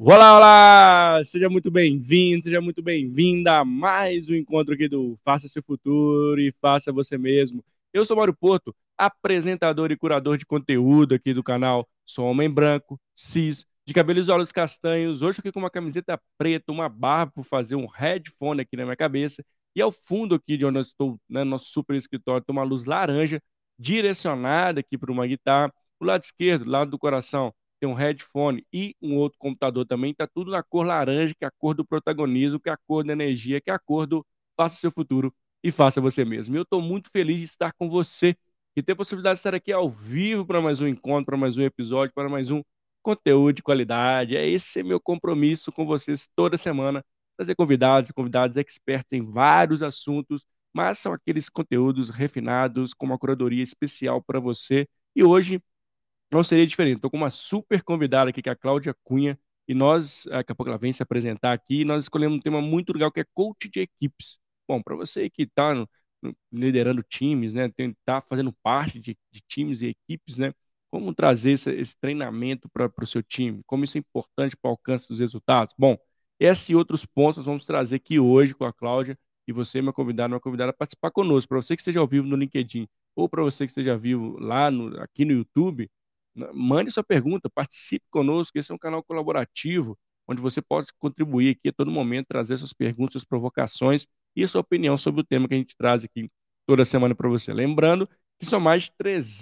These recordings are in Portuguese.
Olá, olá! Seja muito bem-vindo, seja muito bem-vinda a mais um encontro aqui do Faça Seu Futuro e Faça Você Mesmo. Eu sou Mário Porto, apresentador e curador de conteúdo aqui do canal. Sou homem branco, cis, de cabelos e olhos castanhos. Hoje aqui com uma camiseta preta, uma barba por fazer um headphone aqui na minha cabeça. E ao fundo aqui de onde eu estou, né, no nosso super escritório, tem uma luz laranja direcionada aqui para uma guitarra. Do lado esquerdo, lado do coração, tem um headphone e um outro computador também, tá tudo na cor laranja, que é a cor do protagonismo, que é a cor da energia, que é a cor do faça seu futuro e faça você mesmo. E eu estou muito feliz de estar com você e ter a possibilidade de estar aqui ao vivo para mais um encontro, para mais um episódio, para mais um conteúdo de qualidade. Esse é meu compromisso com vocês toda semana, trazer convidados expertos em vários assuntos, mas são aqueles conteúdos refinados, com uma curadoria especial para você. E hoje não seria diferente. Estou com uma super convidada aqui, que é a Cláudia Cunha, e nós, daqui a pouco ela vem se apresentar aqui, e nós escolhemos um tema muito legal, que é coach de equipes. Bom, para você que está liderando times, né, está fazendo parte de times e equipes, né, como trazer esse treinamento para o seu time, como isso é importante para o alcance dos resultados. Bom, esses e outros pontos nós vamos trazer aqui hoje com a Cláudia, e você, meu convidado, minha convidada, a participar conosco. Para você que esteja ao vivo no LinkedIn, ou para você que esteja ao vivo lá aqui no YouTube, mande sua pergunta, participe conosco. Esse é um canal colaborativo, onde você pode contribuir aqui a todo momento, trazer suas perguntas, suas provocações e sua opinião sobre o tema que a gente traz aqui toda semana para você. Lembrando que são mais de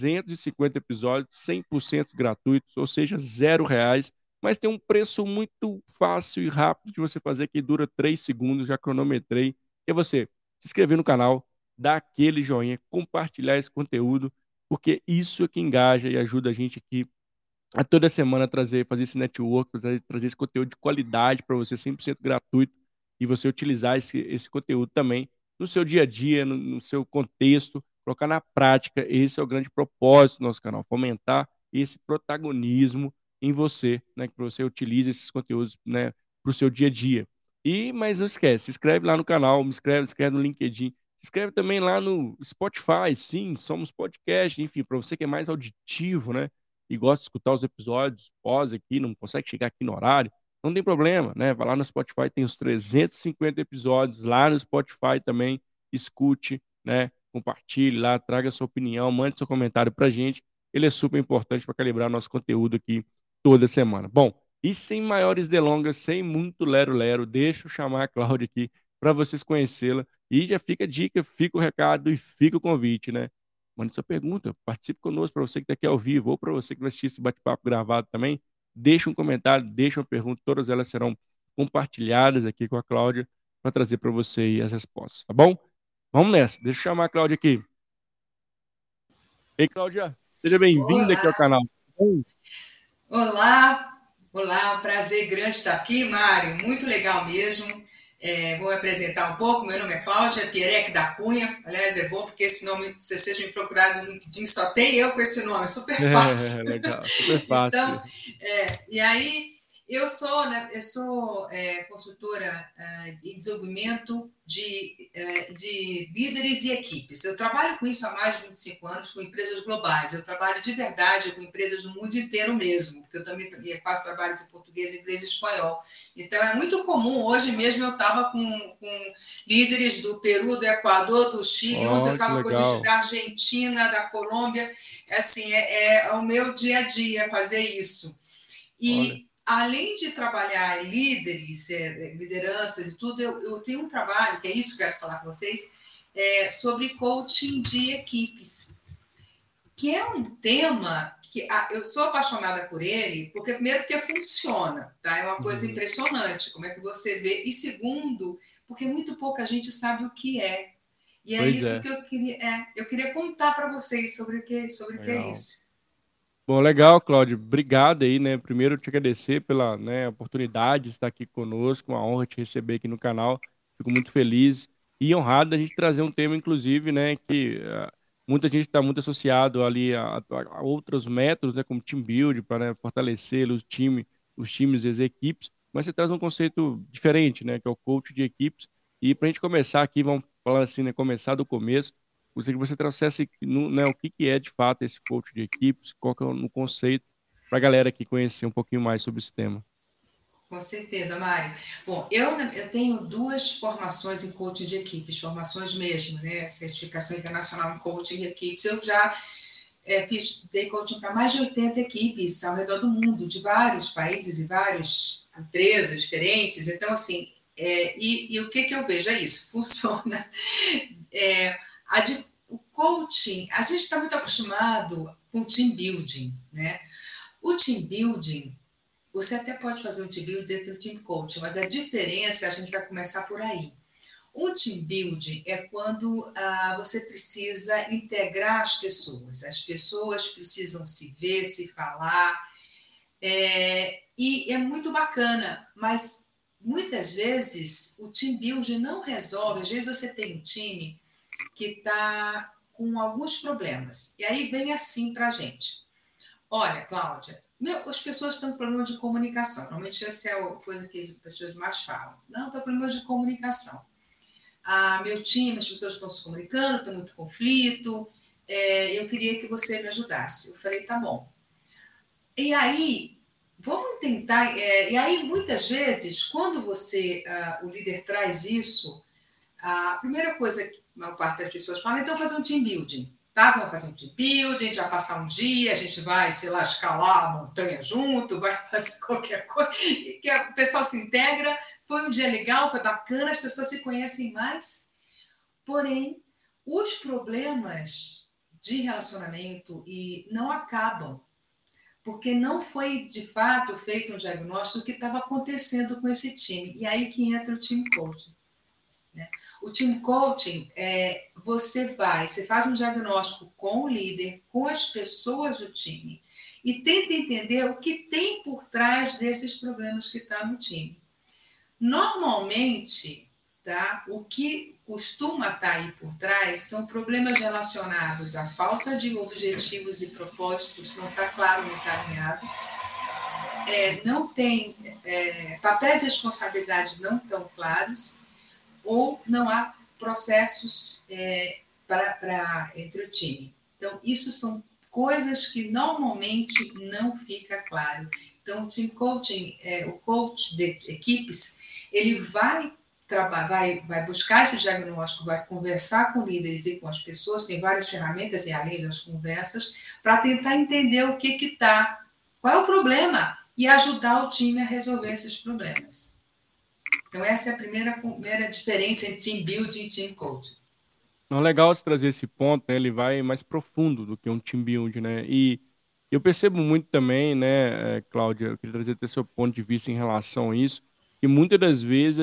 350 episódios, 100% gratuitos, ou seja, R$ 0, mas tem um preço muito fácil e rápido de você fazer, que dura 3 segundos, já cronometrei. É você se inscrever no canal, dar aquele joinha, compartilhar esse conteúdo, porque isso é que engaja e ajuda a gente aqui a toda semana fazer esse network, trazer esse conteúdo de qualidade para você, 100% gratuito, e você utilizar esse conteúdo também no seu dia a dia, no seu contexto, colocar na prática. Esse é o grande propósito do nosso canal, fomentar esse protagonismo em você, né, que você utilize esses conteúdos, né, para o seu dia a dia. Mas não esquece, se inscreve lá no canal, se inscreve no LinkedIn, se inscreve também lá no Spotify. Sim, somos podcast, enfim, para você que é mais auditivo, né, e gosta de escutar os episódios pós aqui, não consegue chegar aqui no horário, não tem problema, né? Vai lá no Spotify, tem os 350 episódios lá no Spotify também, escute, né? Compartilhe lá, traga sua opinião, mande seu comentário pra gente. Ele é super importante para calibrar nosso conteúdo aqui toda semana. Bom, e sem maiores delongas, sem muito lero-lero, deixa eu chamar a Cláudia aqui para vocês conhecê-la. E já fica a dica, fica o recado e fica o convite, né? Mande sua pergunta, participe conosco, para você que está aqui ao vivo, ou para você que vai assistir esse bate-papo gravado também. Deixe um comentário, deixe uma pergunta, todas elas serão compartilhadas aqui com a Cláudia para trazer para você aí as respostas, tá bom? Vamos nessa, deixa eu chamar a Cláudia aqui. Ei, Cláudia, seja bem-vinda aqui ao Olá, canal. olá, olá, um prazer grande estar aqui, Mário, muito legal mesmo. Vou me apresentar um pouco, meu nome é Cláudia Pierec da Cunha, aliás, é bom porque esse nome, se vocês me procurarem no LinkedIn, só tem eu com esse nome, é super fácil. Legal, super fácil. Então, e aí, eu sou consultora em desenvolvimento de líderes e equipes. Eu trabalho com isso há mais de 25 anos, com empresas globais. Eu trabalho de verdade com empresas do mundo inteiro mesmo, porque eu também faço trabalhos em português, inglês e espanhol. Então, é muito comum. Hoje mesmo eu estava com líderes do Peru, do Equador, do Chile. Ontem eu Ó, que estava com líderes legal. da Argentina, da Colômbia. Assim, é o meu dia a dia fazer isso. Olha, E além de trabalhar em líderes, lideranças e tudo, eu tenho um trabalho, que é isso que eu quero falar com vocês, sobre coaching de equipes, que é um tema que eu sou apaixonada por ele, porque primeiro porque funciona, tá? É uma coisa uhum. impressionante como é que você vê, e segundo, porque muito pouca gente sabe o que é. E é Pois isso é, que eu queria contar para vocês sobre o que é legal. isso. Bom, legal, Cláudio. Obrigado aí, né? Primeiro, te agradecer pela, né, oportunidade de estar aqui conosco. Uma honra te receber aqui no canal. Fico muito feliz e honrado da gente trazer um tema, inclusive, né, que muita gente está muito associado ali a outros métodos, né, como team build, para, né, fortalecer os times e as equipes. Mas você traz um conceito diferente, né, que é o coach de equipes. E para a gente começar aqui, vamos falar assim, né, começar do começo. Gostaria que você trouxesse né, o que é de fato esse coach de equipes, qual que é o conceito, para a galera aqui conhecer um pouquinho mais sobre esse tema. Com certeza, Mari. Bom, eu tenho 2 formações em coaching de equipes, formações mesmo, né? Certificação internacional em coaching de equipes. Eu já dei coaching para mais de 80 equipes ao redor do mundo, de vários países e várias empresas diferentes. Então, assim, e o que eu vejo é isso, funciona. É, o coaching, a gente está muito acostumado com team building, né? O team building, você até pode fazer um team building dentro do team coaching, mas a diferença, a gente vai começar por aí. Um team building é quando você precisa integrar as pessoas precisam se ver, se falar, e é muito bacana, mas muitas vezes o team building não resolve. Às vezes você tem um time que está com alguns problemas, e aí vem assim para a gente: olha, Cláudia, as pessoas estão com problema de comunicação. Normalmente essa é a coisa que as pessoas mais falam. Não, está com problema de comunicação. Meu time, as pessoas estão se comunicando, tem muito conflito, eu queria que você me ajudasse. Eu falei, tá bom. E aí, vamos tentar. E aí, muitas vezes, quando o líder traz isso, a primeira coisa que a maior parte das pessoas fala, então fazer um team building. Tá? Vamos fazer um team building, a gente vai passar um dia, a gente vai, sei lá, escalar a montanha junto, vai fazer qualquer coisa, e que o pessoal se integra. Foi um dia legal, foi bacana, as pessoas se conhecem mais. Porém, os problemas de relacionamento não acabam, porque não foi de fato feito um diagnóstico do que estava acontecendo com esse time. E aí que entra o team coaching. Né? O team coaching você faz um diagnóstico com o líder, com as pessoas do time, e tenta entender o que tem por trás desses problemas que está no time. Normalmente, tá, o que costuma estar aí por trás são problemas relacionados à falta de objetivos e propósitos, não está claro, não está alinhado, não tem papéis e responsabilidades não estão claros, ou não há processos entre o time. Então, isso são coisas que normalmente não fica claro. Então, o team coaching, o coach de equipes, ele vai buscar esse diagnóstico, vai conversar com líderes e com as pessoas, tem várias ferramentas e além das conversas, para tentar entender o que está, qual é o problema, e ajudar o time a resolver esses problemas. Então, essa é a primeira diferença entre team building e team coaching. Não, legal você trazer esse ponto, né? Ele vai mais profundo do que um team build, né? E eu percebo muito também, né, Cláudia, eu queria trazer até seu ponto de vista em relação a isso, que muitas das vezes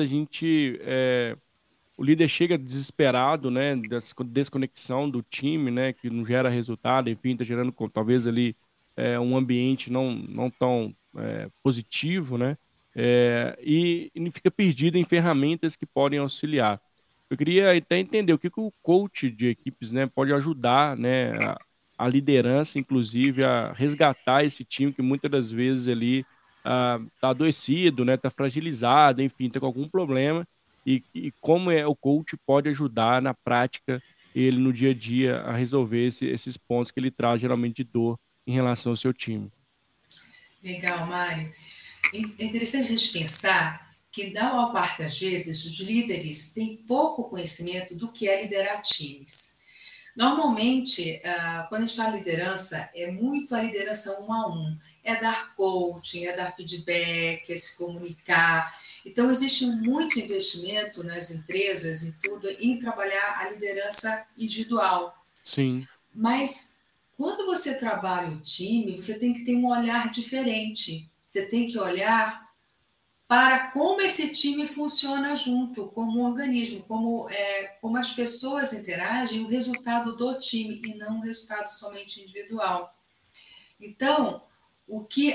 o líder chega desesperado, né, dessa desconexão do time, né, que não gera resultado, enfim, está gerando talvez ali um ambiente não tão positivo, né, e ele fica perdido em ferramentas que podem auxiliar. Eu queria até entender o que o coach de equipes, né, pode ajudar, né, a liderança, inclusive, a resgatar esse time que muitas das vezes ali tá adoecido, né, tá fragilizado, enfim, tá com algum problema e como o coach pode ajudar na prática ele no dia a dia a resolver esses pontos que ele traz geralmente de dor em relação ao seu time. Legal, Mário. É interessante a gente pensar que, na maior parte das vezes, os líderes têm pouco conhecimento do que é liderar times. Normalmente, quando a gente fala liderança, é muito a liderança 1 a 1. É dar coaching, é dar feedback, é se comunicar. Então, existe muito investimento nas empresas e tudo em trabalhar a liderança individual. Sim. Mas, quando você trabalha o time, você tem que ter um olhar diferente. Você tem que olhar para como esse time funciona junto, como um organismo, como as pessoas interagem, o resultado do time e não o resultado somente individual. Então, o que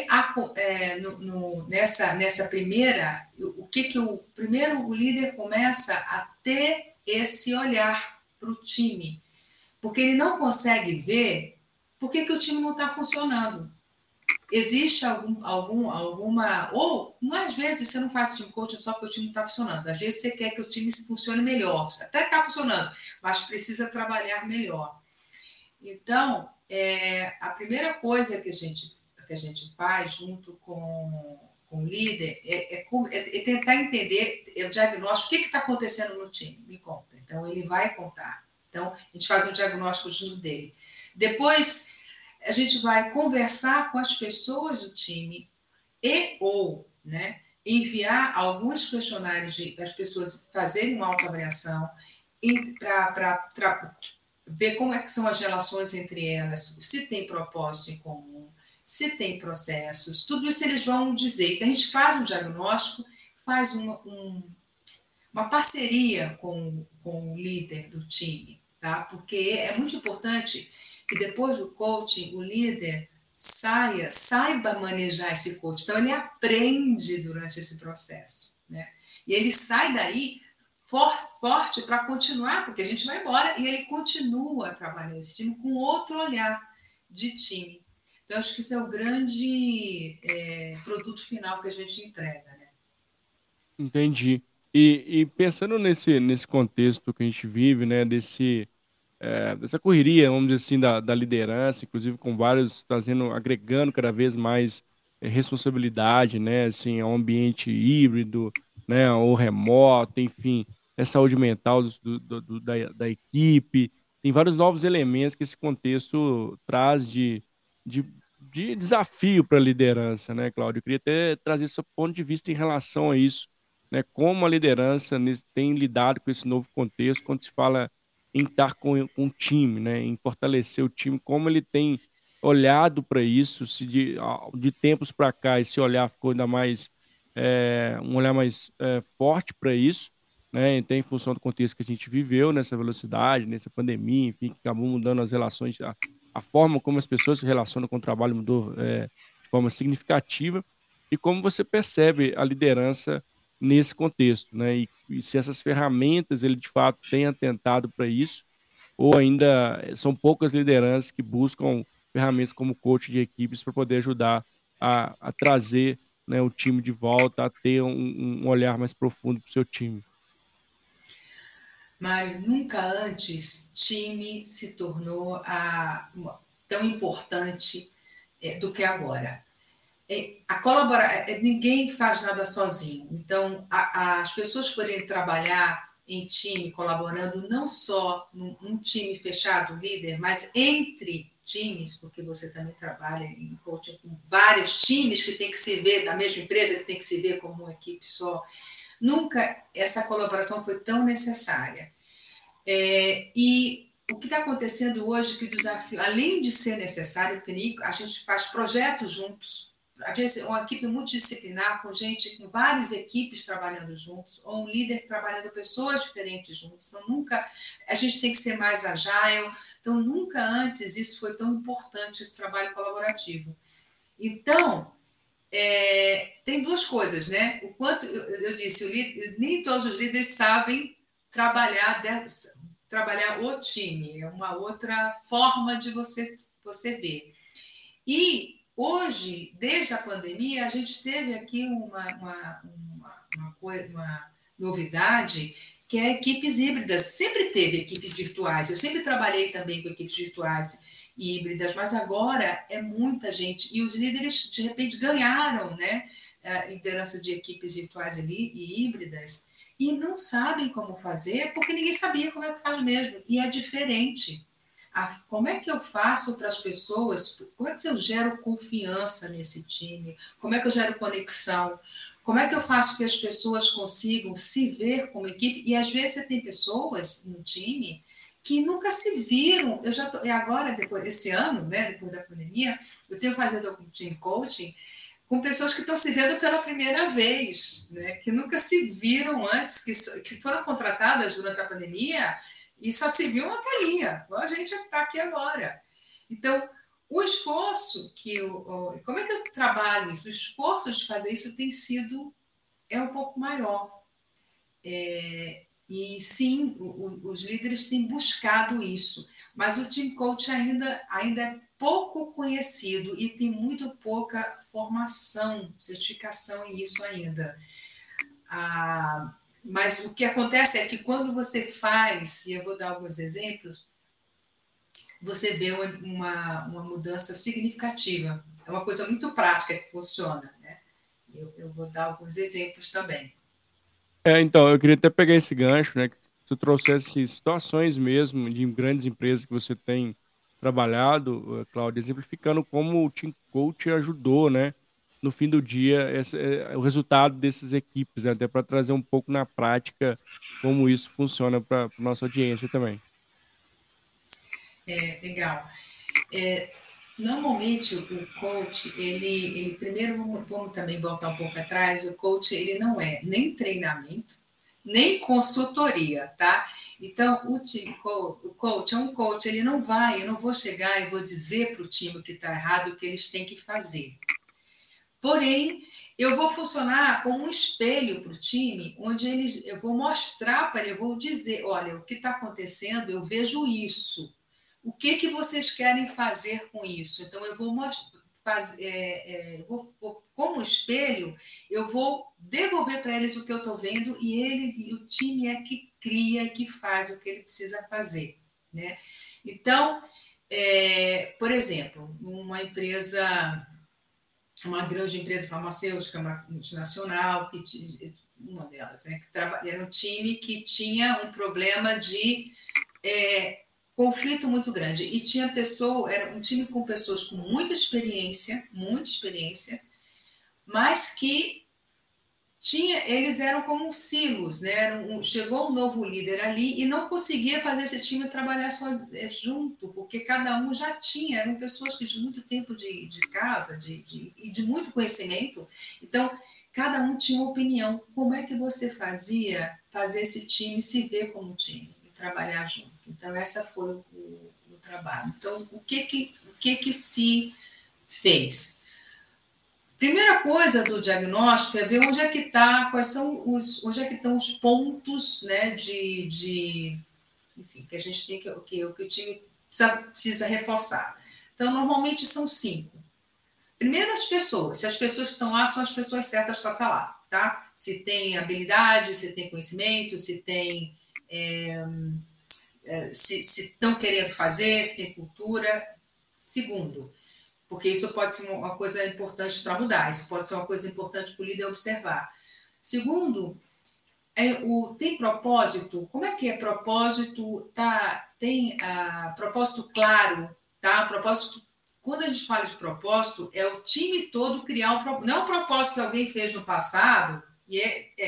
nessa primeira, primeiro o líder começa a ter esse olhar para o time, porque ele não consegue ver por que o time não está funcionando. Existe alguma. Ou, às vezes, você não faz time coaching só porque o time não está funcionando. Às vezes, você quer que o time funcione melhor. Até está funcionando, mas precisa trabalhar melhor. Então, a primeira coisa que a gente faz junto com com o líder é tentar entender o diagnóstico, o que está acontecendo no time, me conta. Então, ele vai contar. Então, a gente faz um diagnóstico junto dele. Depois, a gente vai conversar com as pessoas do time ou, né, enviar alguns questionários para as pessoas fazerem uma autoavaliação para ver como é que são as relações entre elas, se tem propósito em comum, se tem processos, tudo isso eles vão dizer. Então, a gente faz um diagnóstico, faz uma parceria com o líder do time, tá? Porque é muito importante que depois do coaching, o líder saiba manejar esse coach. Então, ele aprende durante esse processo, né? E ele sai daí forte para continuar, porque a gente vai embora e ele continua trabalhando esse time com outro olhar de time. Então, acho que isso é o grande produto final que a gente entrega, né? Entendi. E pensando nesse contexto que a gente vive, né, dessa correria, vamos dizer assim, da liderança, inclusive com vários trazendo, agregando cada vez mais responsabilidade, né, assim, ao ambiente híbrido, né, ou remoto, enfim, saúde mental da equipe, tem vários novos elementos que esse contexto traz de, de desafio para a liderança, né, Cláudio? Eu queria até trazer seu ponto de vista em relação a isso, né, como a liderança tem lidado com esse novo contexto, quando se fala em estar com o time, né, em fortalecer o time, como ele tem olhado para isso, se de tempos para cá esse olhar ficou ainda mais, um olhar mais forte para isso, né, então, em função do contexto que a gente viveu nessa velocidade, nessa pandemia, enfim, que acabou mudando as relações, a forma como as pessoas se relacionam com o trabalho mudou de forma significativa, e como você percebe a liderança nesse contexto, né? E se essas ferramentas ele de fato tem atentado para isso, ou ainda são poucas lideranças que buscam ferramentas como coach de equipes para poder ajudar a trazer, né, o time de volta, a ter um olhar mais profundo para o seu time. Mário, nunca antes time se tornou tão importante do que agora. Ninguém faz nada sozinho. Então, as pessoas podem trabalhar em time, colaborando não só num time fechado, líder, mas entre times, porque você também trabalha em coaching com vários times que tem que se ver, da mesma empresa que tem que se ver como uma equipe só. Nunca essa colaboração foi tão necessária. E o que está acontecendo hoje, que o desafio, além de ser necessário, a gente faz projetos juntos, às vezes uma equipe multidisciplinar, com gente, com várias equipes trabalhando juntos, ou um líder trabalhando pessoas diferentes juntos. Então, a gente tem que ser mais agile. Então, nunca antes isso foi tão importante, esse trabalho colaborativo. Então, tem duas coisas, né? O quanto eu disse, nem todos os líderes sabem trabalhar o time, é uma outra forma de você ver. E hoje, desde a pandemia, a gente teve aqui uma novidade, que é equipes híbridas. Sempre teve equipes virtuais, eu sempre trabalhei também com equipes virtuais e híbridas, mas agora é muita gente, e os líderes, de repente, ganharam, né, a liderança de equipes virtuais e híbridas, e não sabem como fazer, porque ninguém sabia como é que faz mesmo, e é diferente. Como é que eu faço para as pessoas, como é que eu gero confiança nesse time, como é que eu gero conexão, como é que eu faço que as pessoas consigam se ver como equipe, e às vezes você tem pessoas no time que nunca se viram. E agora, depois desse ano, né, depois da pandemia, eu tenho fazendo algum team coaching com pessoas que estão se vendo pela primeira vez, né, que nunca se viram antes, que foram contratadas durante a pandemia e só se viu uma telinha, igual a gente está aqui agora. Então, o esforço como é que eu trabalho isso? O esforço de fazer isso tem sido um pouco maior. E sim, os líderes têm buscado isso, mas o team coach ainda é pouco conhecido e tem muito pouca formação, certificação em isso ainda. Mas o que acontece é que quando você faz, e eu vou dar alguns exemplos, você vê uma mudança significativa. É uma coisa muito prática que funciona, né? Eu vou dar alguns exemplos também. Então, eu queria até pegar esse gancho, né? Que tu trouxesse situações mesmo de grandes empresas que você tem trabalhado, Cláudia, exemplificando como o Team Coach ajudou, né? No fim do dia, o resultado dessas equipes, né, até para trazer um pouco na prática como isso funciona para nossa audiência também. Legal. Normalmente o coach, ele primeiro vamos também voltar um pouco atrás, o coach ele não é nem treinamento, nem consultoria, tá? Então o coach é um coach, ele não vai, eu não vou chegar e vou dizer para o time o que está errado, o que eles têm que fazer. Porém, eu vou funcionar como um espelho para o time, onde eu vou mostrar para ele, eu vou dizer, olha, o que está acontecendo, eu vejo isso. O que vocês querem fazer com isso? Então, eu vou como espelho, eu vou devolver para eles o que eu estou vendo e o time é que cria, que faz o que ele precisa fazer, né? Então, por exemplo, uma grande empresa farmacêutica, uma multinacional, uma delas, né, que era um time que tinha um problema de conflito muito grande. E era um time com pessoas com muita experiência, mas que eles eram como silos, né? Chegou um novo líder ali e não conseguia fazer esse time trabalhar junto, porque cada um já tinha, eram pessoas que de muito tempo de casa e de muito conhecimento, então cada um tinha uma opinião. Como é que você fazer esse time se ver como time e trabalhar junto? Então, essa foi o trabalho. Então, o que se fez? Primeira coisa do diagnóstico é ver onde é que está, onde é que estão os pontos, né, enfim, que a gente tem que o time precisa reforçar. Então, normalmente são 5. Primeiro, as pessoas. Se as pessoas que estão lá são as pessoas certas para estar lá, tá? Se tem habilidade, se tem conhecimento, se tem se estão querendo fazer, se tem cultura. Segundo, porque isso pode ser uma coisa importante para mudar, isso pode ser uma coisa importante para o líder observar. Segundo, tem propósito? Como é que é propósito? Tem propósito claro, tá? Propósito. Quando a gente fala de propósito, é o time todo criar um propósito. Não é um propósito que alguém fez no passado e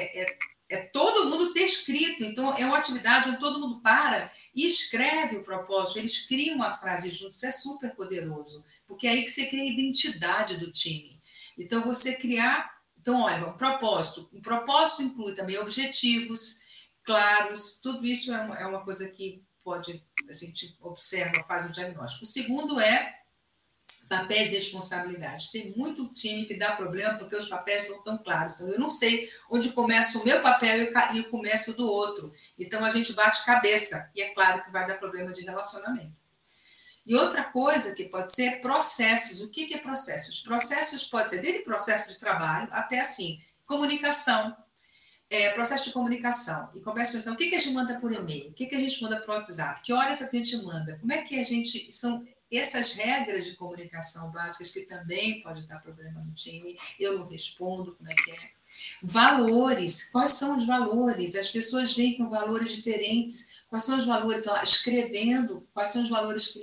é todo mundo ter escrito. Então, é uma atividade onde todo mundo para e escreve o propósito. Eles criam uma frase juntos. Isso é super poderoso, porque é aí que você cria a identidade do time. Então, você criar. Então, olha, um propósito inclui também objetivos claros. Tudo isso é uma coisa que a gente observa, faz o diagnóstico. O segundo é papéis e responsabilidades. Tem muito time que dá problema porque os papéis não estão claros. Então, eu não sei onde começa o meu papel e o começo do outro. Então, a gente bate cabeça. E é claro que vai dar problema de relacionamento. E outra coisa que pode ser processos. O que é processos? Processos pode ser desde processo de trabalho até assim, comunicação. Processo de comunicação. E começa então, o que a gente manda por e-mail? O que a gente manda por WhatsApp? Que horas é que a gente manda? Como é que a gente... São essas regras de comunicação básicas que também pode dar problema no time. Eu não respondo, como é que é? Valores. Quais são os valores? As pessoas vêm com valores diferentes. Quais são os valores? Então, escrevendo, quais são os valores que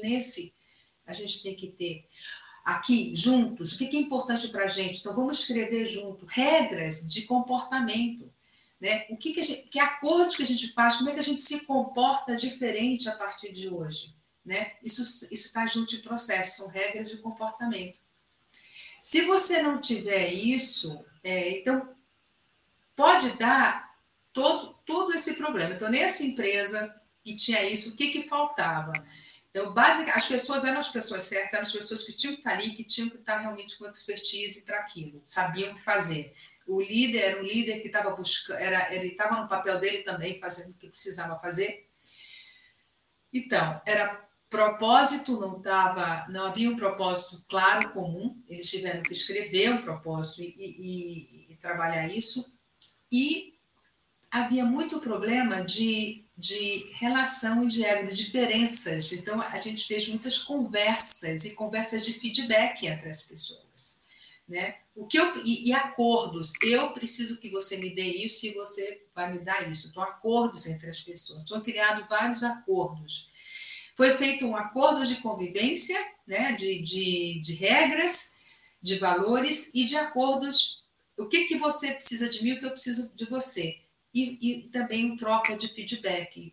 a gente tem que ter aqui, juntos? O que é importante para a gente? Então, vamos escrever junto. Regras de comportamento. Né? Que acordos que a gente faz, como é que a gente se comporta diferente a partir de hoje? Né? Isso está junto de processo, são regras de comportamento. Se você não tiver isso, então pode dar todo esse problema. Então, nessa empresa que tinha isso, o que faltava? Então, basicamente, as pessoas eram as pessoas certas, eram as pessoas que tinham que estar ali, que tinham que estar realmente com expertise para aquilo, sabiam o que fazer. O líder era um líder que estava buscando, ele estava no papel dele também, fazendo o que precisava fazer. Então, era propósito, não havia um propósito claro, comum, eles tiveram que escrever um propósito e trabalhar isso, e havia muito problema de relação e de ego, de diferenças. Então, a gente fez muitas conversas e conversas de feedback entre as pessoas. né? E acordos. Eu preciso que você me dê isso e você vai me dar isso. Então, acordos entre as pessoas. Foram criados vários acordos. Foi feito um acordo de convivência, né? De regras, de valores e de acordos. O que você precisa de mim, o que eu preciso de você. E também troca de feedback.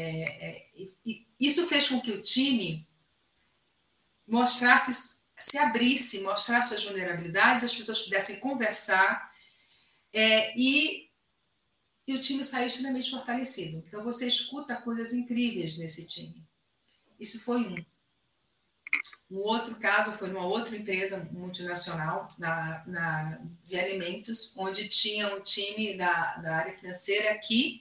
Isso fez com que o time mostrasse, se abrisse, mostrasse suas vulnerabilidades, as pessoas pudessem conversar e o time saiu extremamente fortalecido. Então, você escuta coisas incríveis nesse time. Isso foi um. Um outro caso foi numa outra empresa multinacional de alimentos, onde tinha um time da área financeira que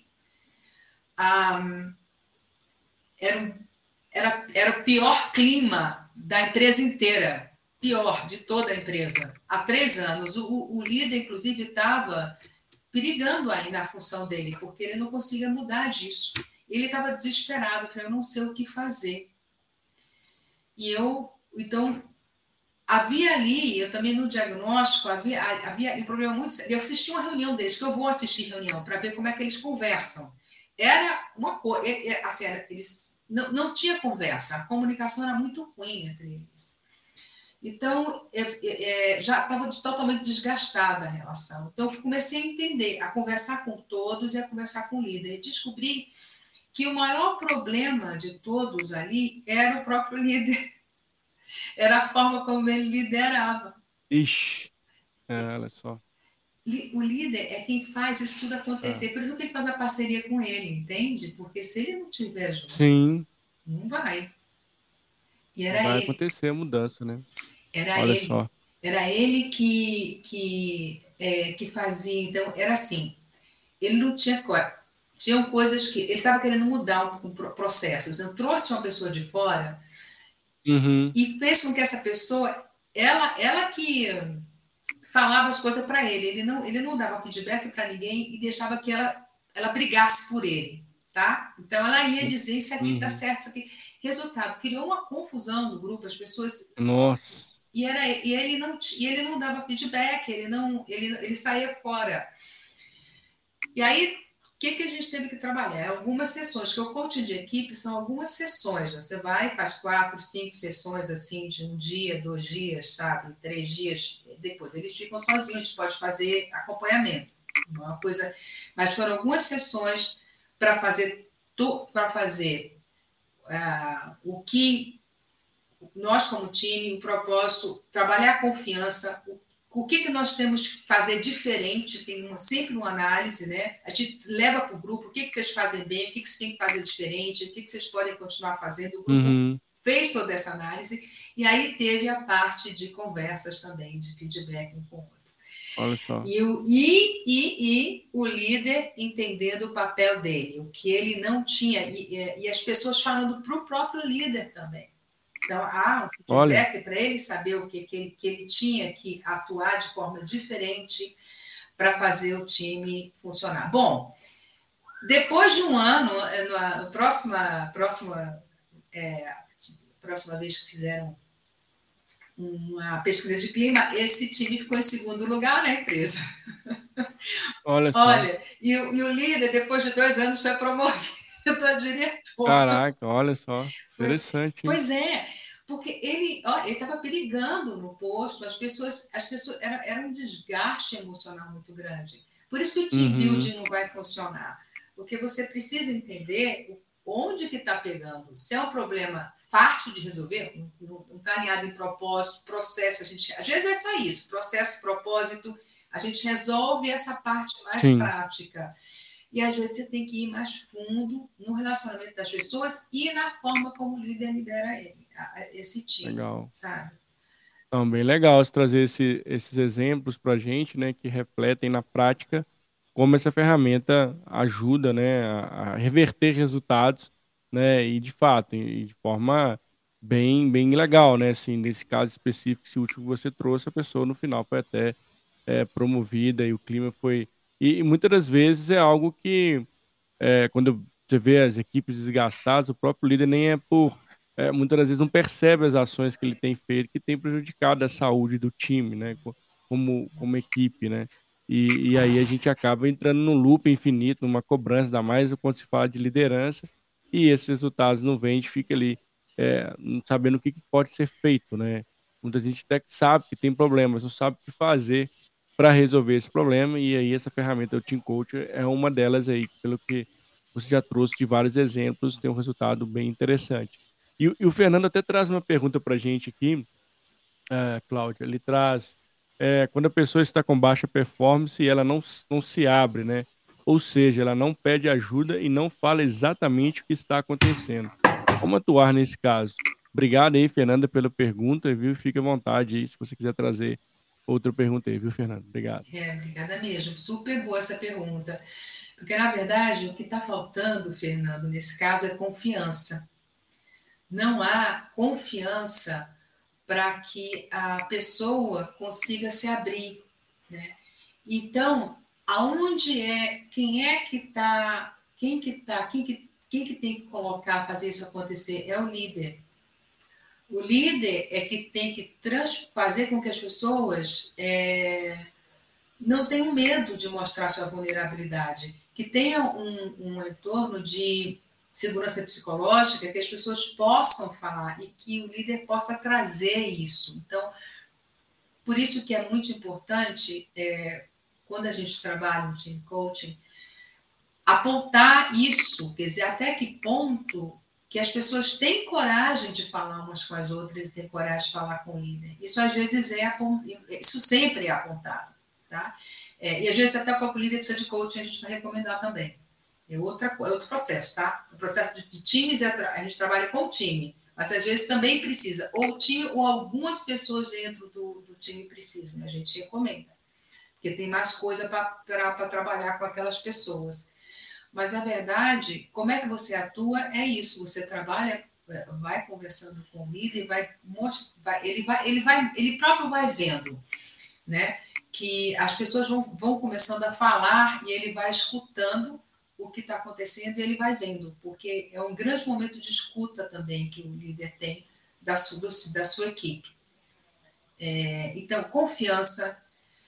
era o pior clima da empresa inteira, pior de toda a empresa. Há 3 anos, o líder, inclusive, estava perigando ainda a função dele, porque ele não conseguia mudar disso. Ele estava desesperado, falei, eu não sei o que fazer. Então, havia ali, eu também no diagnóstico, havia um problema muito sério. Eu assisti uma reunião deles, que eu vou assistir reunião, para ver como é que eles conversam. Era uma coisa, assim, eles não tinha conversa, a comunicação era muito ruim entre eles. Então, já estava totalmente desgastada a relação. Então, eu comecei a entender, a conversar com todos e a conversar com o líder. E descobri que o maior problema de todos ali era o próprio líder. Era a forma como ele liderava. Ixi, olha só. O líder é quem faz isso tudo acontecer. É. Por isso eu tenho que fazer parceria com ele, entende? Porque se ele não tiver junto, Sim, não vai. E não era vai ele. acontecer a mudança, né? Era Olha ele. só. Era ele que fazia. Então, era assim. Ele não tinha. Tinham coisas que. Ele estava querendo mudar processos. Eu trouxe uma pessoa de fora Uhum. e fez com que essa pessoa. Ela que falava as coisas para ele. Ele não dava feedback para ninguém e deixava que ela brigasse por ele. Tá? Então, ela ia dizer: isso aqui está Uhum. certo, isso aqui. Resultado, criou uma confusão no grupo, as pessoas. Nossa. E ele não dava feedback, ele saía fora. E aí, o que a gente teve que trabalhar? Algumas sessões, que o coaching de equipe são algumas sessões. Você vai, faz 4, 5 sessões assim, de 1 dia, 2 dias, sabe? 3 dias. Depois eles ficam sozinhos, a gente pode fazer acompanhamento. Uma coisa, mas foram algumas sessões para fazer o que nós, como time, o propósito, trabalhar a confiança, o que nós temos que fazer diferente, tem sempre uma análise, né? A gente leva para o grupo o que vocês fazem bem, o que vocês têm que fazer diferente, o que vocês podem continuar fazendo. O grupo Uhum. fez toda essa análise e aí teve a parte de conversas também, de feedback um com o outro. Olha só. E o líder entendendo o papel dele, o que ele não tinha, e as pessoas falando para o próprio líder também. Então, há um Olha. feedback para ele saber o que ele tinha que atuar de forma diferente para fazer o time funcionar. Bom, depois de um ano, na próxima vez que fizeram uma pesquisa de clima, esse time ficou em segundo lugar na empresa. Olha só. Olha, e o líder, depois de 2 anos, foi promovido a diretor. Caraca, olha só. Interessante, hein? Pois é, porque ele estava perigando no posto, as pessoas era um desgaste emocional muito grande. Por isso que o team Uhum. building não vai funcionar, porque você precisa entender onde que está pegando. Se é um problema fácil de resolver, não está alinhado em propósito, processo, às vezes é só isso, processo, propósito, a gente resolve essa parte mais Sim. prática. E às vezes você tem que ir mais fundo no relacionamento das pessoas e na forma como o líder lidera esse time, Legal. sabe? Então, bem legal você trazer esses exemplos para a gente, né, que refletem na prática como essa ferramenta ajuda, né, a reverter resultados, né, e de fato, e de forma bem legal, né, assim, nesse caso específico, esse último que você trouxe, a pessoa no final foi até promovida e o clima foi. E muitas das vezes é algo que quando você vê as equipes desgastadas, o próprio líder nem é por muitas das vezes não percebe as ações que ele tem feito que tem prejudicado a saúde do time, né? como equipe, né? E aí a gente acaba entrando num loop infinito, numa cobrança, ainda mais quando se fala de liderança, e esses resultados não vêm, a gente fica ali não sabendo o que pode ser feito, né? Muita gente até que sabe que tem problemas, não sabe o que fazer para resolver esse problema, e aí essa ferramenta, o Team Coach, é uma delas aí, pelo que você já trouxe de vários exemplos, tem um resultado bem interessante. E o Fernando até traz uma pergunta para a gente aqui, Cláudia, ele traz, quando a pessoa está com baixa performance e ela não se abre, né? Ou seja, ela não pede ajuda e não fala exatamente o que está acontecendo. Como atuar nesse caso? Obrigado aí, Fernanda, pela pergunta, viu? Fique à vontade aí, se você quiser trazer outra pergunta aí, viu, Fernanda? Obrigado. Obrigada mesmo. Super boa essa pergunta. Porque, na verdade, o que está faltando, Fernando, nesse caso, é confiança. Não há confiança para que a pessoa consiga se abrir, né? Então, aonde quem é que está, quem que tem que colocar, fazer isso acontecer? É o líder. O líder é que tem que fazer com que as pessoas não tenham medo de mostrar sua vulnerabilidade, que tenha um entorno de segurança psicológica, que as pessoas possam falar e que o líder possa trazer isso. Então, por isso que é muito importante, quando a gente trabalha no team coaching, apontar isso, quer dizer, até que ponto que as pessoas têm coragem de falar umas com as outras e têm coragem de falar com o líder. Isso às vezes isso sempre é apontado, tá? E às vezes até o próprio líder precisa de coaching, a gente vai recomendar também. É outro processo, tá? O processo de times, a gente trabalha com o time, mas às vezes também precisa, ou o time ou algumas pessoas dentro do time precisam, a gente recomenda, porque tem mais coisa para trabalhar com aquelas pessoas. Mas, na verdade, como é que você atua é isso. Você trabalha, vai conversando com o líder, ele próprio vai vendo, né? Que as pessoas vão começando a falar e ele vai escutando o que está acontecendo e ele vai vendo, porque é um grande momento de escuta também que o líder tem da sua equipe. Então, confiança.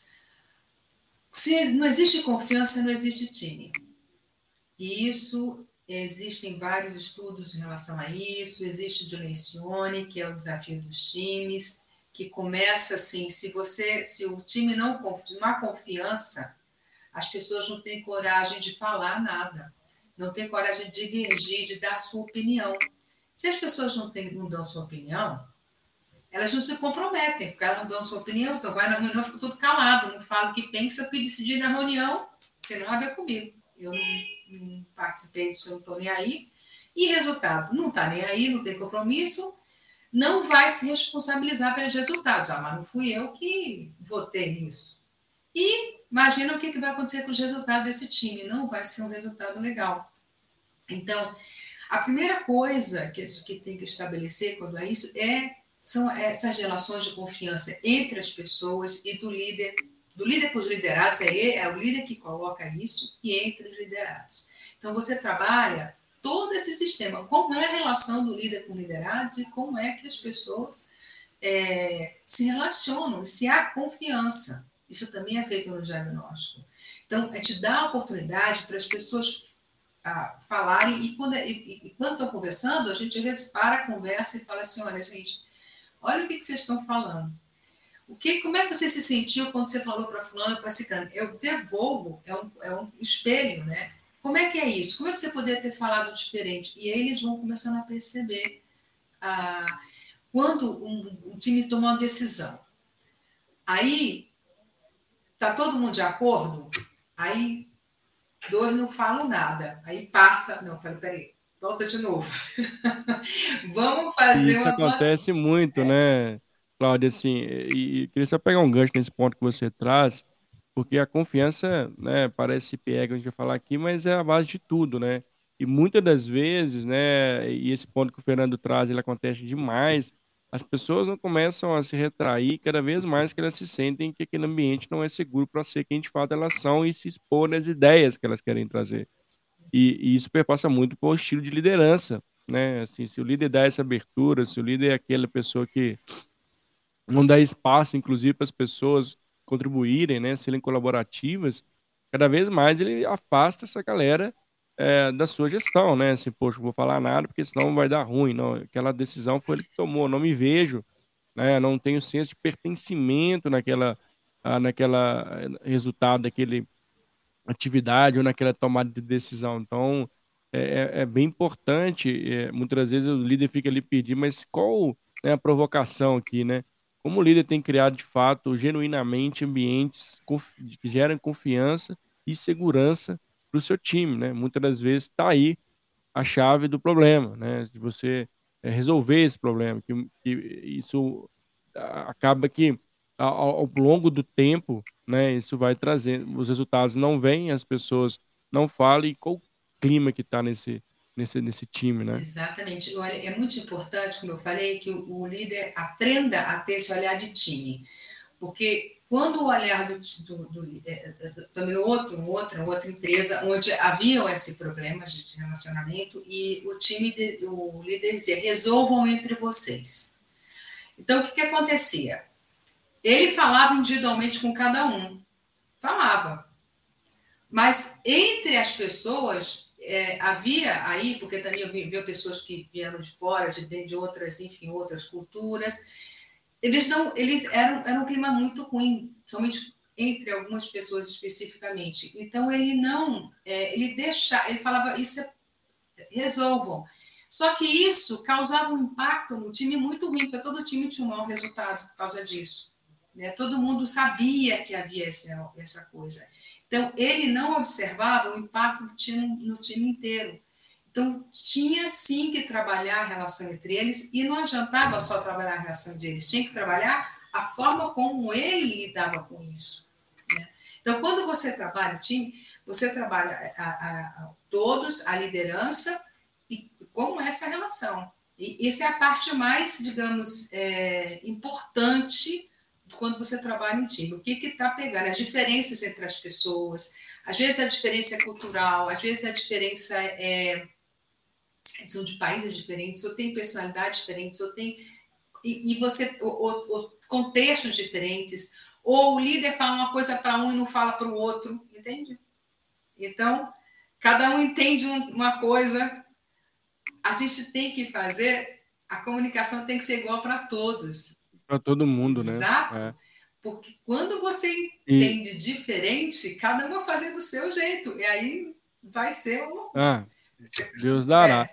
Se não existe confiança, não existe time. E isso, existem vários estudos em relação a isso, existe o de Lencioni, que é o desafio dos times, que começa assim, se o time não há confiança, as pessoas não têm coragem de falar nada, não têm coragem de divergir, de dar sua opinião. Se as pessoas não dão sua opinião, elas não se comprometem, porque elas não dão sua opinião, então vai na reunião, fica tudo calado, não fala o que pensa, porque decidir na reunião tem nada a ver comigo. Eu não participei disso, eu não estou nem aí. E resultado, não está nem aí, não tem compromisso, não vai se responsabilizar pelos resultados. Mas não fui eu que votei nisso. E imagina o que vai acontecer com os resultados desse time. Não vai ser um resultado legal. Então, a primeira coisa que tem que estabelecer quando é isso são essas relações de confiança entre as pessoas e do líder para os liderados, é o líder que coloca isso, e entre os liderados. Então, você trabalha todo esse sistema, como é a relação do líder com liderados e como é que as pessoas se relacionam, se há confiança. Isso também é feito no diagnóstico. Então, a gente dá a oportunidade para as pessoas falarem, e quando estão conversando, a gente às vezes para a conversa e fala assim, olha, gente, olha o que vocês estão falando. Como é que você se sentiu quando você falou para fulano, para ciclano? Eu devolvo, é um espelho, né? Como é que é isso? Como é que você poderia ter falado diferente? E aí eles vão começando a perceber quando um time toma uma decisão. Aí, tá todo mundo de acordo? Aí, dois não falam nada. Aí passa, não, falei, peraí, volta de novo. Vamos E fazer isso uma... acontece muito, né, Cláudia? Assim, e queria só pegar um gancho nesse ponto que você traz, porque a confiança, né, parece piegas a gente vai falar aqui, mas é a base de tudo, né? E muitas das vezes, né, e esse ponto que o Fernando traz, ele acontece demais, as pessoas não começam a se retrair cada vez mais que elas se sentem que aquele ambiente não é seguro para ser quem de fato elas são e se expor nas ideias que elas querem trazer. E isso perpassa muito por estilo de liderança, né? Assim, se o líder dá essa abertura, se o líder é aquela pessoa que não dá espaço, inclusive, para as pessoas contribuírem, né, serem colaborativas, cada vez mais ele afasta essa galera da sua gestão, né? Assim, poxa, não vou falar nada porque senão vai dar ruim. Não, aquela decisão foi ele que tomou, não me vejo, né? Não tenho senso de pertencimento naquela resultado daquele atividade ou naquela tomada de decisão. Então, é bem importante. Muitas vezes o líder fica ali pedindo, mas qual, né, a provocação aqui, né? Como o líder tem criado de fato, genuinamente, ambientes que geram confiança e segurança para o seu time, né? Muitas das vezes está aí a chave do problema, né? De você resolver esse problema, que isso acaba que ao longo do tempo, né? Isso vai trazendo, os resultados não vêm, as pessoas não falam e qual o clima que está nesse time, né? Exatamente. Olha, é muito importante, como eu falei, que o líder aprenda a ter esse olhar de time. Porque quando o olhar também outra empresa, onde havia esse problema de relacionamento, e o líder dizia, resolvam entre vocês. Então, o que acontecia? Ele falava individualmente com cada um. Falava. Mas entre as pessoas, havia aí, porque também eu vi pessoas que vieram de fora, de outras, enfim, outras culturas, eles eram um clima muito ruim, somente entre algumas pessoas especificamente. Então ele não, ele falava isso, resolvam. Só que isso causava um impacto no time muito ruim, porque todo time tinha um mau resultado por causa disso. Né? Todo mundo sabia que havia essa coisa. Então, ele não observava o impacto que tinha no time inteiro. Então, tinha sim que trabalhar a relação entre eles, e não adiantava só trabalhar a relação entre eles, tinha que trabalhar a forma como ele lidava com isso. Né? Então, quando você trabalha o time, você trabalha todos, a liderança, e como essa relação. E essa é a parte mais, digamos, importante quando você trabalha em time. O que está pegando? As diferenças entre as pessoas. Às vezes a diferença é cultural, às vezes a diferença são de países diferentes, ou tem personalidades diferentes, ou tem ou contextos diferentes, ou o líder fala uma coisa para um e não fala para o outro, entende? Então, cada um entende uma coisa. A gente tem que fazer, a comunicação tem que ser igual para todos. Para todo mundo, né? Exato. Porque quando você E, entende diferente, cada um vai fazer do seu jeito. E aí vai ser um. ah, Deus dará.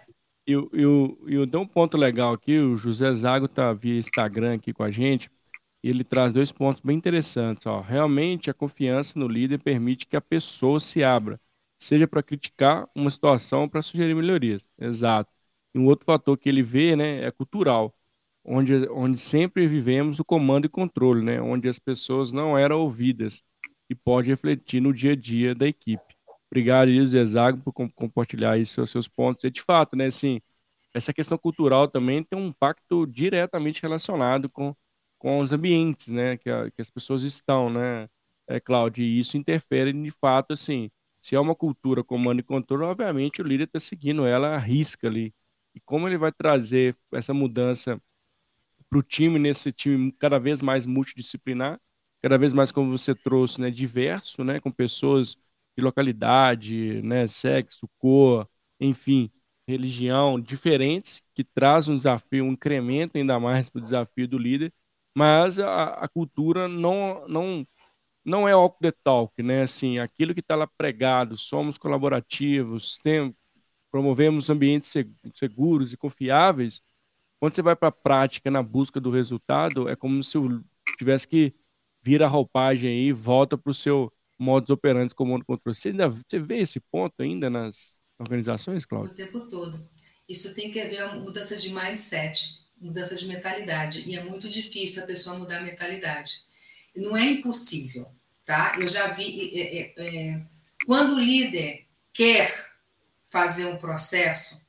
E tem um ponto legal aqui, o José Zago tá via Instagram aqui com a gente, e ele traz dois pontos bem interessantes, ó. Realmente a confiança no líder permite que a pessoa se abra, seja para criticar uma situação ou para sugerir melhorias. Exato. E um outro fator que ele vê, né, é cultural, onde sempre vivemos o comando e controle, né, onde as pessoas não eram ouvidas e pode refletir no dia a dia da equipe. Obrigado, Ilse Zago, por compartilhar aí seus pontos. E de fato, né, assim, essa questão cultural também tem um impacto diretamente relacionado com os ambientes, né, que as pessoas estão, né, Cláudio, e isso interfere de fato, assim, se é uma cultura comando e controle, obviamente o líder está seguindo ela à risca ali. E como ele vai trazer essa mudança para o time, nesse time cada vez mais multidisciplinar, cada vez mais, como você trouxe, né, diverso, né, com pessoas de localidade, né, sexo, cor, enfim, religião, diferentes, que traz um desafio, um incremento ainda mais para o desafio do líder, mas a cultura não é walk the talk, né, assim, aquilo que está lá pregado, somos colaborativos, promovemos ambientes seguros e confiáveis. Quando você vai para a prática na busca do resultado, é como se eu tivesse que vir a roupagem aí e volta para o seu modus operandi comando controle. Você vê esse ponto ainda nas organizações, O Cláudio? tempo todo. Isso tem que haver uma mudança de mindset, mudança de mentalidade. E é muito difícil a pessoa mudar a mentalidade. Não é impossível, tá? Eu já vi. Quando o líder quer fazer um processo,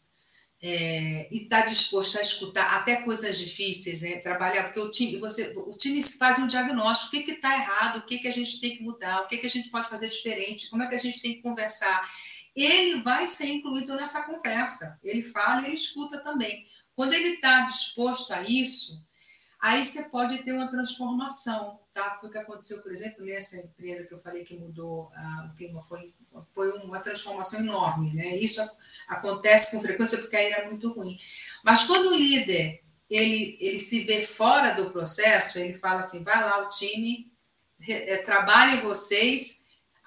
e está disposto a escutar até coisas difíceis, né? Trabalhar, porque o time faz um diagnóstico, o que está errado, o que a gente tem que mudar, o que a gente pode fazer diferente, como é que a gente tem que conversar. Ele vai ser incluído nessa conversa. Ele fala e ele escuta também. Quando ele está disposto a isso, aí você pode ter uma transformação, tá? Foi o que aconteceu, por exemplo, nessa empresa que eu falei que mudou o clima, foi uma transformação enorme, né? Isso acontece com frequência porque aí era muito ruim. Mas quando o líder ele se vê fora do processo, ele fala assim, vai lá o time, trabalhem vocês,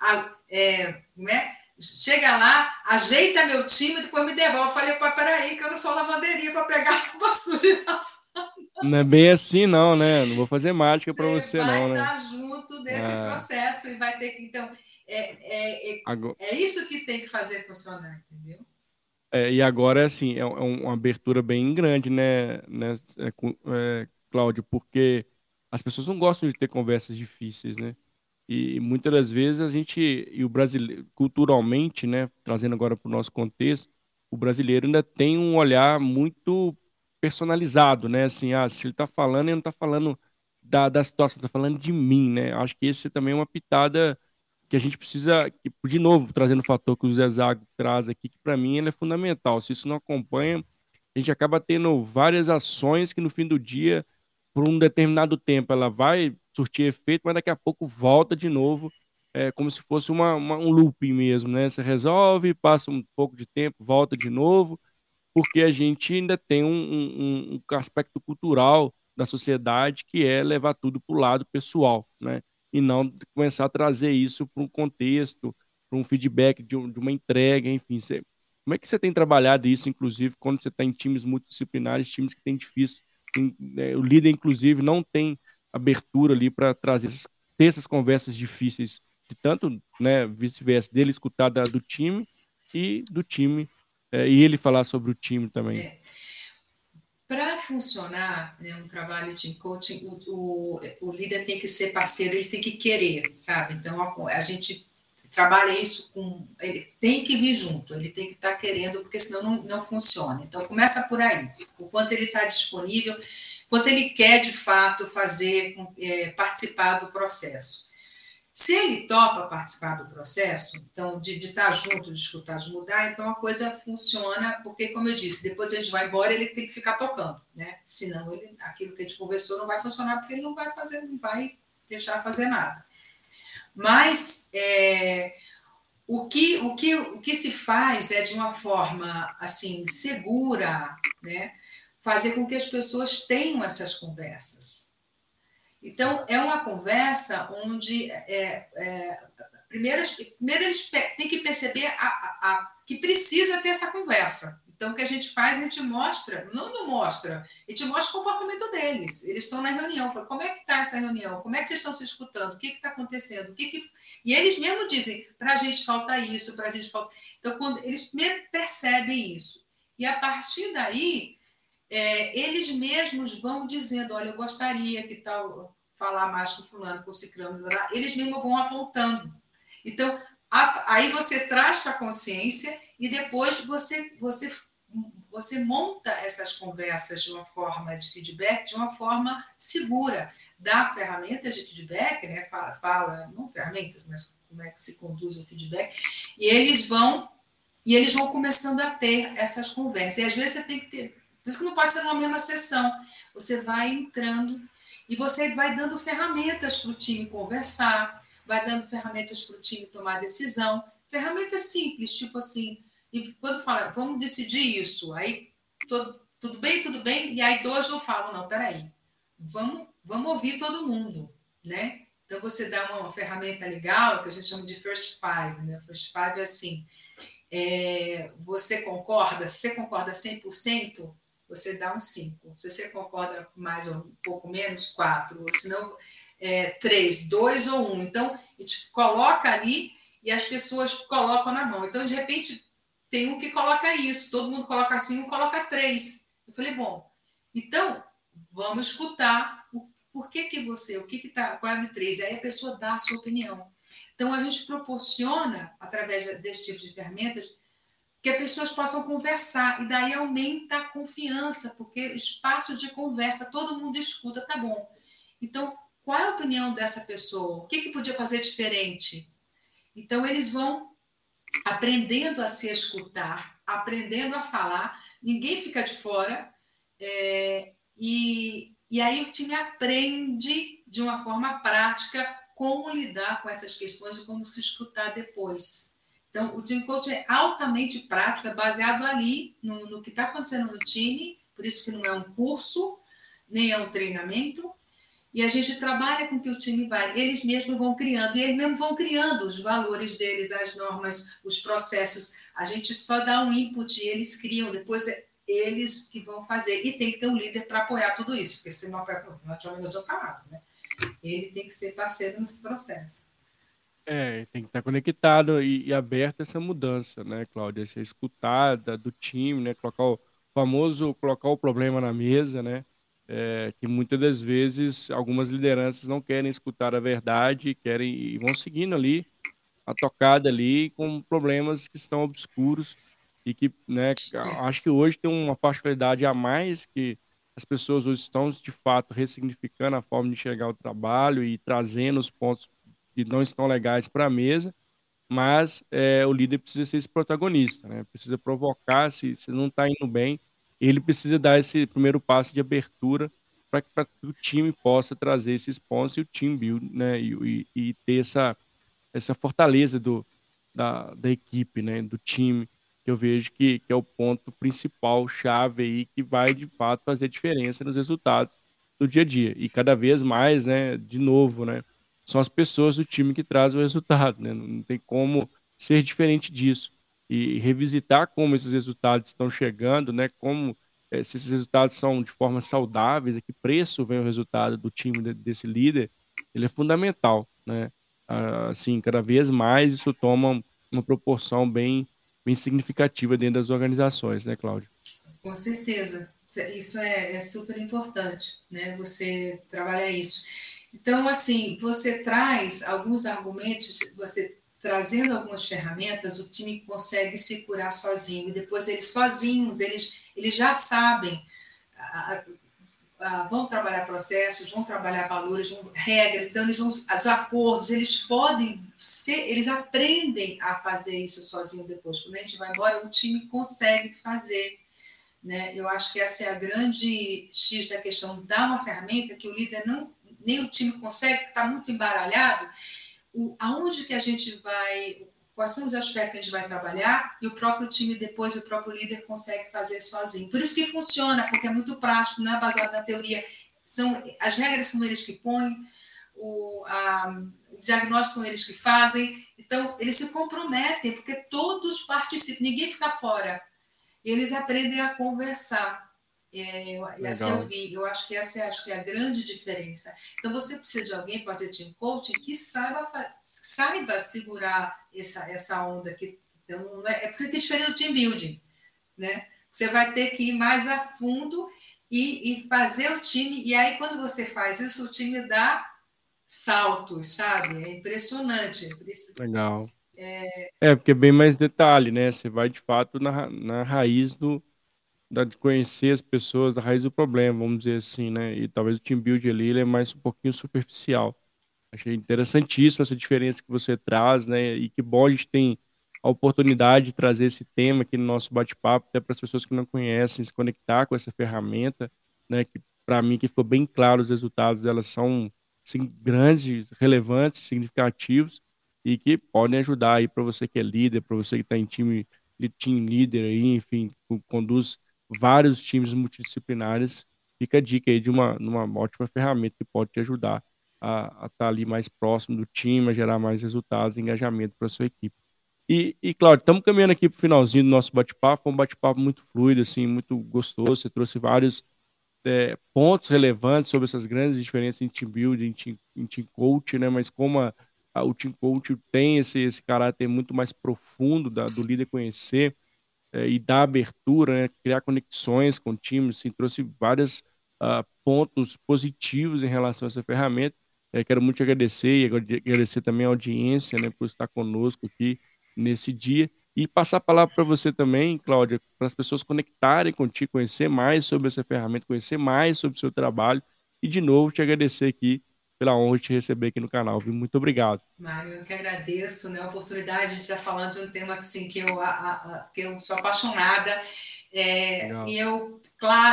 né? Chega lá, ajeita meu time, depois me devolve. Eu falei, peraí, que eu não sou lavanderia para pegar uma sujeira. Não é bem assim, não, né? Não vou fazer mágica para Você você, vai não, né? estar junto desse Ah, processo e vai ter que. Então, agora, é isso que tem que fazer funcionar, entendeu? e agora, assim, uma abertura bem grande, né, Cláudio? Porque as pessoas não gostam de ter conversas difíceis, né? E muitas das vezes a gente, e o brasileiro, culturalmente, né, trazendo agora para o nosso contexto, o brasileiro ainda tem um olhar muito personalizado, né? Assim, se ele está falando, ele não está falando da situação, está falando de mim, né? Acho que esse também é uma pitada que a gente precisa, de novo, trazendo o fator que o Zé Zago traz aqui, que para mim ele é fundamental. Se isso não acompanha, a gente acaba tendo várias ações que no fim do dia, por um determinado tempo, ela vai surtir efeito, mas daqui a pouco volta de novo, como se fosse um looping mesmo, né? Você resolve, passa um pouco de tempo, volta de novo, porque a gente ainda tem um aspecto cultural da sociedade que é levar tudo para o lado pessoal, né? E não começar a trazer isso para um contexto, para um feedback de uma entrega, enfim. Como é que você tem trabalhado isso, inclusive, quando você está em times multidisciplinares, times que têm difícil, o líder, inclusive, não tem abertura ali para ter essas conversas difíceis, de tanto, né, vice-versa, dele escutar do time e do time e ele falar sobre o time também. Para funcionar, né, um trabalho de coaching, o líder tem que ser parceiro, ele tem que querer, sabe? Então, a gente trabalha isso com. Ele tem que vir junto, ele tem que estar querendo, porque senão não funciona. Então, começa por aí. O quanto ele está disponível, quanto ele quer, de fato, fazer, participar do processo. Se ele topa participar do processo, então, de estar junto, de escutar, de mudar, então a coisa funciona, porque, como eu disse, depois a gente vai embora, ele tem que ficar tocando, né? Senão aquilo que a gente conversou não vai funcionar, porque ele não vai fazer, não vai deixar fazer nada. Mas o que se faz é de uma forma assim segura, né? Fazer com que as pessoas tenham essas conversas. Então, é uma conversa onde primeiro eles têm que perceber que precisa ter essa conversa. Então, o que a gente faz, a gente mostra, não mostra, a gente mostra o comportamento deles. Eles estão na reunião, fala, como é que está essa reunião? Como é que eles estão se escutando? O que está acontecendo? E eles mesmos dizem, para a gente falta isso, para a gente falta... Então, quando eles percebem isso. E a partir daí, eles mesmos vão dizendo, olha, eu gostaria que tal falar mais com fulano, com ciclano, eles mesmos vão apontando. Então, aí você traz para a consciência e depois você monta essas conversas de uma forma de feedback, de uma forma segura. Dá ferramentas de feedback, né? Fala, não ferramentas, mas como é que se conduz o feedback, e eles vão começando a ter essas conversas. E às vezes você tem que ter. Por isso que não pode ser numa mesma sessão. Você vai entrando e você vai dando ferramentas para o time conversar, vai dando ferramentas para o time tomar decisão. Ferramentas simples, tipo assim, e quando fala, vamos decidir isso, aí tudo bem, e aí dois não falam, não, peraí, vamos ouvir todo mundo, né? Então você dá uma ferramenta legal que a gente chama de First Five, né? First Five é assim, você concorda? Se você concorda 100%, você dá um 5. Se você concorda mais ou um pouco menos, 4. Ou se não, 3, 2 ou 1. Então, a gente coloca ali e as pessoas colocam na mão. Então, de repente, tem um que coloca isso. Todo mundo coloca assim, um coloca 3. Eu falei, bom, então, vamos escutar o que está, qual é de 3. Aí a pessoa dá a sua opinião. Então, a gente proporciona, através desse tipo de ferramentas, que as pessoas possam conversar, e daí aumenta a confiança, porque espaço de conversa, todo mundo escuta, tá bom. Então, qual é a opinião dessa pessoa? O que podia fazer diferente? Então, eles vão aprendendo a se escutar, aprendendo a falar, ninguém fica de fora, e E aí o time aprende de uma forma prática como lidar com essas questões e como se escutar depois. Então, o time coach é altamente prático, é baseado ali no que está acontecendo no time, por isso que não é um curso, nem é um treinamento, e a gente trabalha com que o time vai, eles mesmos vão criando, e eles mesmos vão criando os valores deles, as normas, os processos. A gente só dá um input e eles criam, depois é eles que vão fazer. E tem que ter um líder para apoiar tudo isso, porque senão não adianta nada, né? Ele tem que ser parceiro nesse processo. Tem que estar conectado e aberto a essa mudança, né, Cláudia? Ser escutada do time, né? Colocar o famoso colocar o problema na mesa, né? Que muitas das vezes algumas lideranças não querem escutar a verdade, querem e vão seguindo ali a tocada ali com problemas que estão obscuros e que, né, acho que hoje tem uma particularidade a mais que as pessoas hoje estão de fato ressignificando a forma de enxergar o trabalho e trazendo os pontos que não estão legais para a mesa, mas o líder precisa ser esse protagonista, né? Precisa provocar, se não está indo bem, ele precisa dar esse primeiro passo de abertura para que o time possa trazer esses pontos e o team build, né? E ter essa fortaleza da equipe, né? Do time, que eu vejo que é o ponto principal, chave aí, que vai de fato fazer diferença nos resultados do dia a dia. E cada vez mais, né? De novo, né? São as pessoas do time que trazem o resultado, né? Não tem como ser diferente disso. E revisitar como esses resultados estão chegando, né? Como se esses resultados são de forma saudáveis, a que preço vem o resultado do time desse líder, ele é fundamental, né? Assim, cada vez mais isso toma uma proporção bem significativa dentro das organizações, né, Cláudio? Com certeza. Isso é super importante, né? Você trabalhar isso. Então, assim, você traz alguns argumentos, você trazendo algumas ferramentas, o time consegue se curar sozinho. E depois eles sozinhos, eles já sabem, vão trabalhar processos, vão trabalhar valores, regras, então eles vão, os acordos, eles podem ser, eles aprendem a fazer isso sozinho depois. Quando a gente vai embora, o time consegue fazer. Né? Eu acho que essa é a grande X da questão, dar uma ferramenta que o líder não, nem o time consegue, que está muito embaralhado, aonde que a gente vai, quais são os aspectos que a gente vai trabalhar, e o próprio time depois, o próprio líder consegue fazer sozinho. Por isso que funciona, porque é muito prático, não é baseado na teoria, as regras são eles que põem, o diagnóstico são eles que fazem, então eles se comprometem, porque todos participam, ninguém fica fora, eles aprendem a conversar. E assim eu Legal. vi, eu acho que essa acho que é a grande diferença. Então você precisa de alguém para fazer team coaching que saiba segurar essa onda que então, porque é diferente do team building, né? Você vai ter que ir mais a fundo e fazer o time, e aí quando você faz isso, o time dá saltos, sabe? É impressionante. Por isso, Legal. Porque é bem mais detalhe, né? Você vai de fato na raiz de conhecer as pessoas, da raiz do problema, vamos dizer assim, né? E talvez o team build ali ele é mais um pouquinho superficial. Achei interessantíssima essa diferença que você traz, né? E que bom a gente tem a oportunidade de trazer esse tema aqui no nosso bate-papo, até para as pessoas que não conhecem, se conectar com essa ferramenta, né? Que para mim que ficou bem claro os resultados, elas são assim, grandes, relevantes, significativos e que podem ajudar aí para você que é líder, para você que está em time, de team leader aí, enfim, conduz vários times multidisciplinares. Fica a dica aí de uma ótima ferramenta que pode te ajudar a estar ali mais próximo do time, a gerar mais resultados e engajamento para a sua equipe. Claudio, estamos caminhando aqui para o finalzinho do nosso bate-papo, foi um bate-papo muito fluido, assim, muito gostoso, você trouxe vários pontos relevantes sobre essas grandes diferenças em team building, em team coach, né, mas como o team coach tem esse caráter muito mais profundo do líder conhecer e dar abertura, né, criar conexões com times, assim, trouxe vários pontos positivos em relação a essa ferramenta. Quero muito te agradecer e agradecer também a audiência, né, por estar conosco aqui nesse dia e passar a palavra para você também, Cláudia, para as pessoas conectarem contigo, conhecer mais sobre essa ferramenta, conhecer mais sobre o seu trabalho e de novo te agradecer aqui pela honra de te receber aqui no canal, viu? Muito obrigado. Mário, eu que agradeço, né, a oportunidade de estar falando de um tema que eu sou apaixonada. Legal. E eu, claro,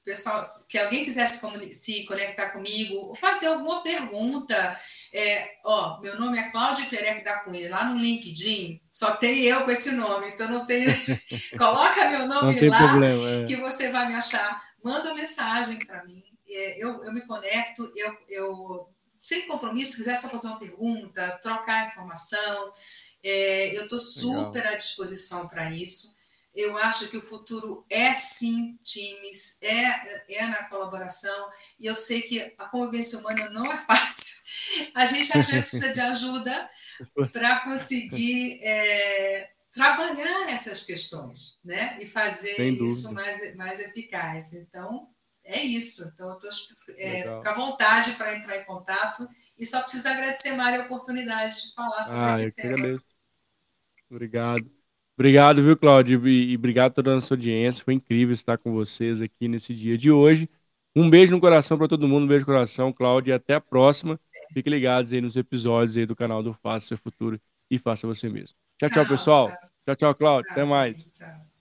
pessoal, que alguém quisesse se conectar comigo ou fazer alguma pergunta, meu nome é Cláudia Perec da Cunha, lá no LinkedIn só tem eu com esse nome, então não tem. Coloca meu Não nome tem lá problema. que você vai me achar. Manda mensagem para mim, eu me conecto, sem compromisso, se quiser só fazer uma pergunta, trocar informação, eu estou super à disposição para isso. Eu acho que o futuro é sim times, é na colaboração, e eu sei que a convivência humana não é fácil. A gente às vezes precisa de ajuda para conseguir trabalhar essas questões, né? E fazer isso mais eficaz. Então, é isso. Então, eu estou com a vontade para entrar em contato e só preciso agradecer, Mário, a oportunidade de falar sobre esse eu que tema. agradeço. Obrigado. Obrigado, viu, Cláudio? E obrigado a toda a nossa audiência. Foi incrível estar com vocês aqui nesse dia de hoje. Um beijo no coração para todo mundo, um beijo no coração, Cláudio, e até a próxima. Fiquem ligados aí nos episódios aí do canal do Faça Seu Futuro e Faça Você Mesmo. Tchau, tchau, Tchau, pessoal. tchau. Tchau, tchau, Cláudio. Até mais. Tchau.